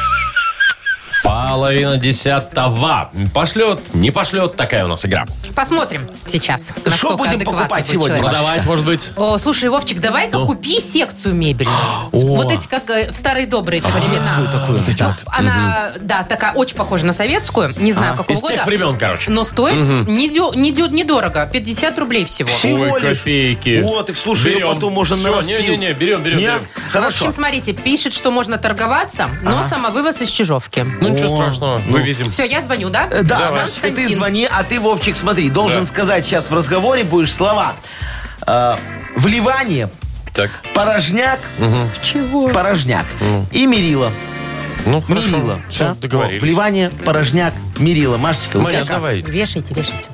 9:30. Пошлет, не пошлет, такая у нас игра. Посмотрим сейчас. Что насколько будем адекватный покупать будет сегодня? человек. Продавать, может быть. О, слушай, Вовчик, давай-ка купи секцию мебельную. Вот эти, как в старые добрые времена. Ну, она, да, такая очень похожа на советскую. Не знаю, какого Из тех года. времен, короче. Но стоит недорого. 50 рублей всего. Всего Ой, лишь. копейки. Вот, так слушай, Берем. потом можно Всё, на распил. не, берем. Нет? В Хорошо. общем, смотрите, пишет, что можно торговаться, но самовывоз из Чижовки. Ну, ничего страшного, вывезем. Все, я звоню, да? Да, Константин. Машечка, ты звони, а ты, Вовчик, смотри, должен сказать сейчас в разговоре будешь слова. Вливание, Так, порожняк, Чего? порожняк и мерила. ну хорошо. Мерила. Все, да? договорились. О, вливание, порожняк, мерила. Машечка, у тебя Маня, как? давай. Вешайте.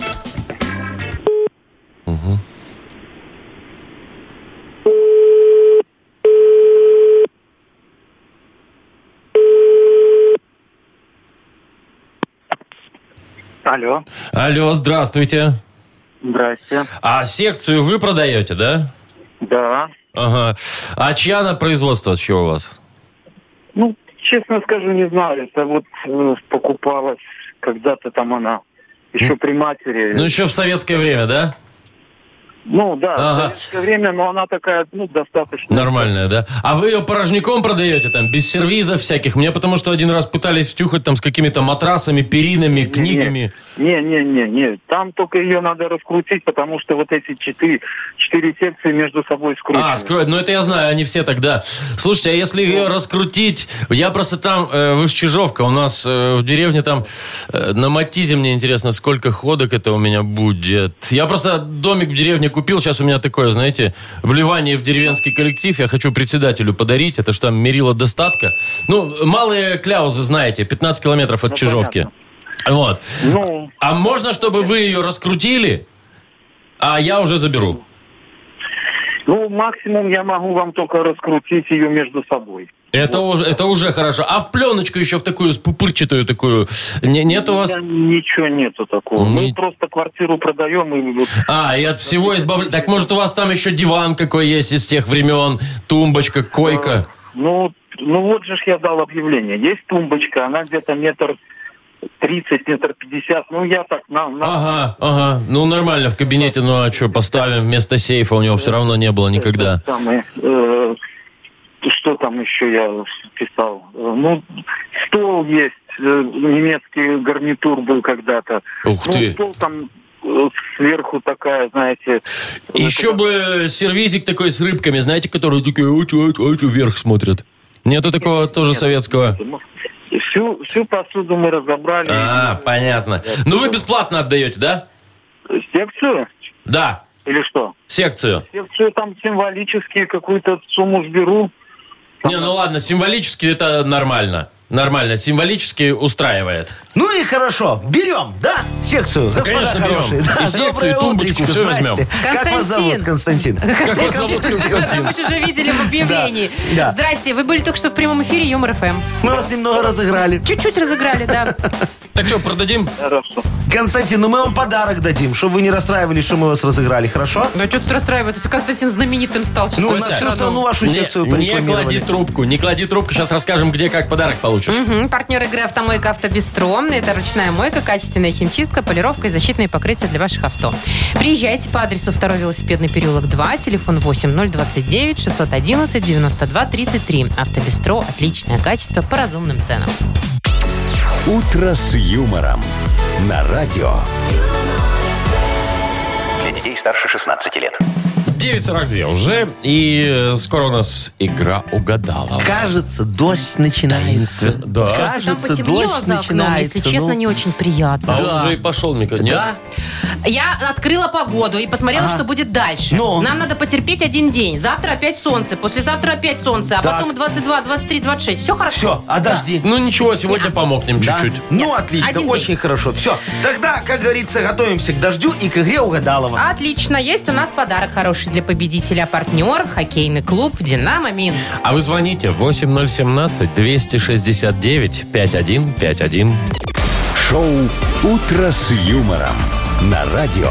Алло. Алло, здравствуйте. Здрасте. А секцию вы продаете, да? Да. Ага. А чья на производство, чего у вас? Ну, честно скажу, не знаю. Это вот покупалась когда-то там она. Еще при матери. Ну, еще в советское время, да? Ну, да, Ага. в советское время, но она такая, ну, достаточно... Нормальная, да? А вы ее порожняком продаете, там, без сервизов всяких? Мне потому что один раз пытались втюхать там с какими-то матрасами, перинами, книгами. Не. Там только ее надо раскрутить, потому что вот эти четыре секции между собой скручены. Скроет, ну это я знаю, они все тогда. Слушайте, а если ее раскрутить, я просто там, вы ж Чижовка, у нас в деревне там на Матизе, мне интересно, сколько ходок это у меня будет. Я просто домик в деревне купил. Сейчас у меня такое, знаете, вливание в деревенский коллектив. Я хочу председателю подарить. Это ж там мерило достатка. Ну, малые кляузы, знаете, 15 километров от Чижовки. Вот. Ну, А можно, чтобы вы ее раскрутили, а я уже заберу? ну, максимум я могу вам только раскрутить ее между собой. Это уже хорошо. А в пленочку еще в такую пупырчатую такую нет у вас? Ничего нету такого. Мы просто квартиру продаем и вот... И от всего избавляем. Так может у вас там еще диван какой есть из тех времен, тумбочка, койка? Ну вот же ж я дал объявление. Есть тумбочка, она где-то 1,30 метр 50. Ну, я так Ага. Ну, нормально в кабинете. Ну, а что, поставим вместо сейфа? У него все равно не было никогда. Что там еще я писал? Ну, стол есть. Немецкий гарнитур был когда-то. Ух ты. Стол там сверху такая, знаете... Еще бы сервизик такой с рыбками, знаете, которые такие вверх смотрят. Нету такого тоже советского? Всю посуду мы разобрали. Понятно. Ну, вы бесплатно отдаете, да? Секцию? Да. Или что? Секцию. Секцию там символически какую-то сумму сберу. Не, ну ладно, символически это нормально. Нормально, символически устраивает. Ну и хорошо, берем, да, секцию, Да, господа конечно, хорошие. берем. Да, И секцию, доброе и тумбочку, утречко, все здрасте. возьмем. Как вас зовут, Константин? Как вас зовут, Константин? Мы же уже видели в объявлении. Да. Здрасте, вы были только что в прямом эфире Юмор ФМ. Мы вас немного разыграли. Чуть-чуть разыграли, да. Так что, продадим? Хорошо. Константин, ну мы вам подарок дадим, чтобы вы не расстраивались, что мы вас разыграли, хорошо? Ну, а что тут расстраиваться? Константин знаменитым стал. Ну, Сейчас на всё всю равно. страну вашу секцию Не порекламировали. клади трубку. Сейчас расскажем, где как подарок получишь. Партнер игры «Автомойка Автобестро». Это ручная мойка, качественная химчистка, полировка и защитные покрытия для ваших авто. Приезжайте по адресу 2 велосипедный переулок 2, телефон 8029 611 92 33. «Автобестро» – отличное качество по разумным ценам. «Утро с юмором» на радио. Для детей старше 16 лет. 9:42 уже, и скоро у нас игра угадала. Кажется, дождь начинается. Да. Там Кажется, потемнело дождь за окном, начинается. если честно, Ну, не очень приятно. А он уже и пошел, мне кажется. Нет? да? Я открыла погоду и посмотрела, что будет дальше. Ну? Нам надо потерпеть один день. Завтра опять солнце, послезавтра опять солнце, а Так. потом 22, 23, 26. Все хорошо? Все, а дожди? Ну ничего, сегодня помогнем Да? чуть-чуть. Ну, отлично, один день. очень хорошо. Все, тогда, как говорится, готовимся к дождю и к игре угадалова. Отлично. Есть у нас подарок хороший для победителя. Партнер – хоккейный клуб «Динамо Минск». А вы звоните 8017-269-5151. Шоу «Утро с юмором» на радио.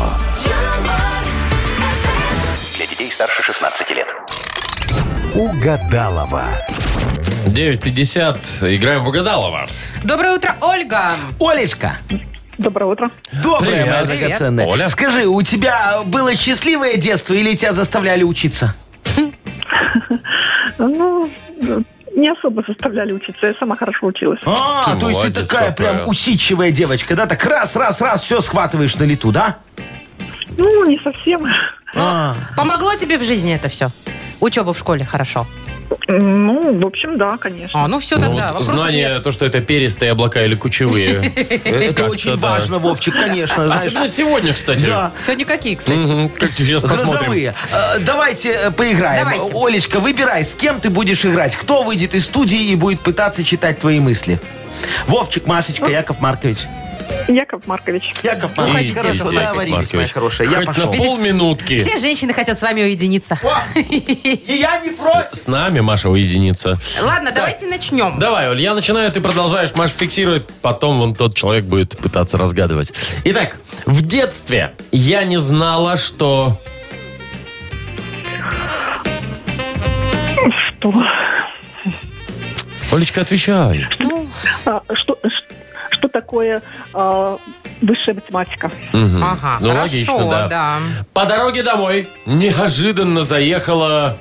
Для детей старше 16 лет. Угадалова. 9:50. Играем в угадалово. Доброе утро, Ольга. Олечка, Доброе утро. доброе, Привет. моя Привет. драгоценная. Оля. Скажи, у тебя было счастливое детство или тебя заставляли учиться? Ну, не особо заставляли учиться. Я сама хорошо училась. Ты То есть ты молодец такая какая. прям усидчивая девочка, да? Так раз, все схватываешь на лету, да? Ну, не совсем. Помогло тебе в жизни это все? Учеба в школе хорошо. Ну, в общем, да, конечно. Ну все Ну, тогда. вот Вопросов знание, нет. то, что это перистые облака или кучевые. Это Как-то очень да. важно, Вовчик, конечно. знаешь. Особенно сегодня, кстати. Да. Сегодня какие, кстати? Как сейчас посмотрим. Грозовые. Давайте поиграем. Давайте. Олечка, выбирай, с кем ты будешь играть. Кто выйдет из студии и будет пытаться читать твои мысли? Вовчик, Машечка, Яков Маркович. Яков Маркович. Яков Маркович, Идите, хорошо, Яков договорились, моя Маркович. хорошая. Я Хоть пошел. на полминутки. Все женщины хотят с вами уединиться. И я не против. С нами Маша уединится. Ладно, давайте начнем. Давай, Оль, я начинаю, ты продолжаешь. Маша фиксирует, потом вон тот человек будет пытаться разгадывать. Итак, в детстве я не знала, что... Что? Олечка, отвечай. Что такое высшая математика? Мгм. Ага, Ну, хорошо, логично, да. По дороге домой неожиданно заехала...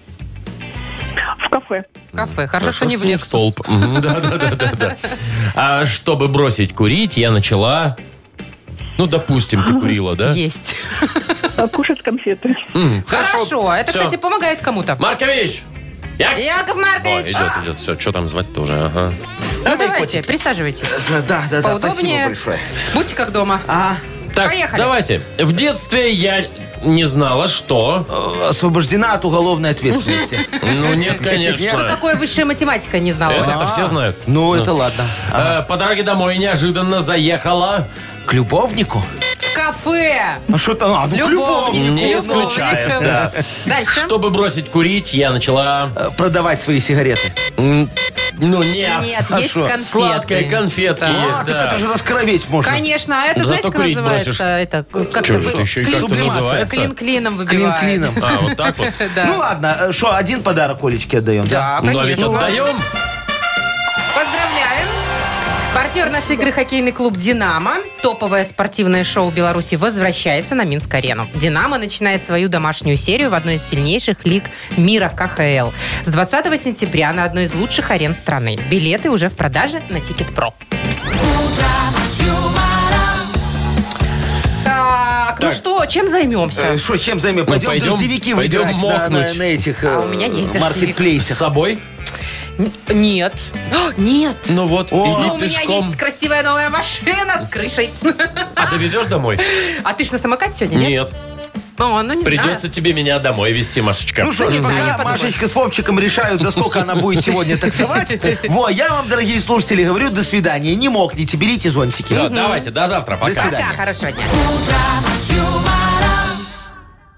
В кафе. Кафе. Хорошо, что не в Лексус. столб. Да. А чтобы бросить курить, я начала... Ну, допустим, ты курила, да? Есть. Кушать конфеты. Хорошо. Это, Всё. кстати, помогает кому-то. Маркович! Яков О, Маркович. идет. Все, что там звать-то уже? Ага. Ну, давайте, присаживайтесь. Да, спасибо Поудобнее. большое. Будьте как дома. Так, Поехали. давайте. В детстве я Не знала, что? Освобождена от уголовной ответственности. Ну, нет, Что конечно. такое высшая математика, не знала. Это все знают. Ну, это ладно. По дороге домой неожиданно заехала. К любовнику? В кафе. А что там? С К любовником. любовнику. Не исключает, да. Дальше. Чтобы бросить курить, я начала... Продавать свои сигареты. Ну, нет. Нет, А есть шо? конфеты. Сладкая конфетки есть, Так да. это же раскроветь можно. Конечно, а это Зато знаете, как курить называется? бросишь. Это как-то Чё же это еще и как-то Сублимация. называется? клин клином Клин выбивает. клином. А, вот так вот? Да. Ну ладно, что, один подарок Олечке отдаем, да? Да, Но ведь конечно. отдаем. Поздравляем! Партнер нашей игры — хоккейный клуб «Динамо». Топовое спортивное шоу Беларуси возвращается на Минск-арену. «Динамо» начинает свою домашнюю серию в одной из сильнейших лиг мира КХЛ. С 20 сентября на одной из лучших арен страны. Билеты уже в продаже на Тикет.Про. Так, ну что, чем займемся? Что, чем займем? Пойдем пойдем- дождевики пойдем выбирать мокнуть. на этих А у меня есть дождевик. С маркетплейсах. собой? Нет. Нет. Ну вот, Ну, иди у меня пешком. есть красивая новая машина с крышей. А ты везешь домой? А ты ж на самокате сегодня, нет? Нет. О, ну не Придется тебе меня домой везти, Машечка. Ну что ж, не знаю, я пока подумаю. Машечка с Вовчиком решают, за сколько она будет сегодня таксовать. Я вам, дорогие слушатели, говорю до свидания. Не мокните, берите зонтики. Все, давайте, до завтра, пока. свидания. Пока, хорошего дня. Утро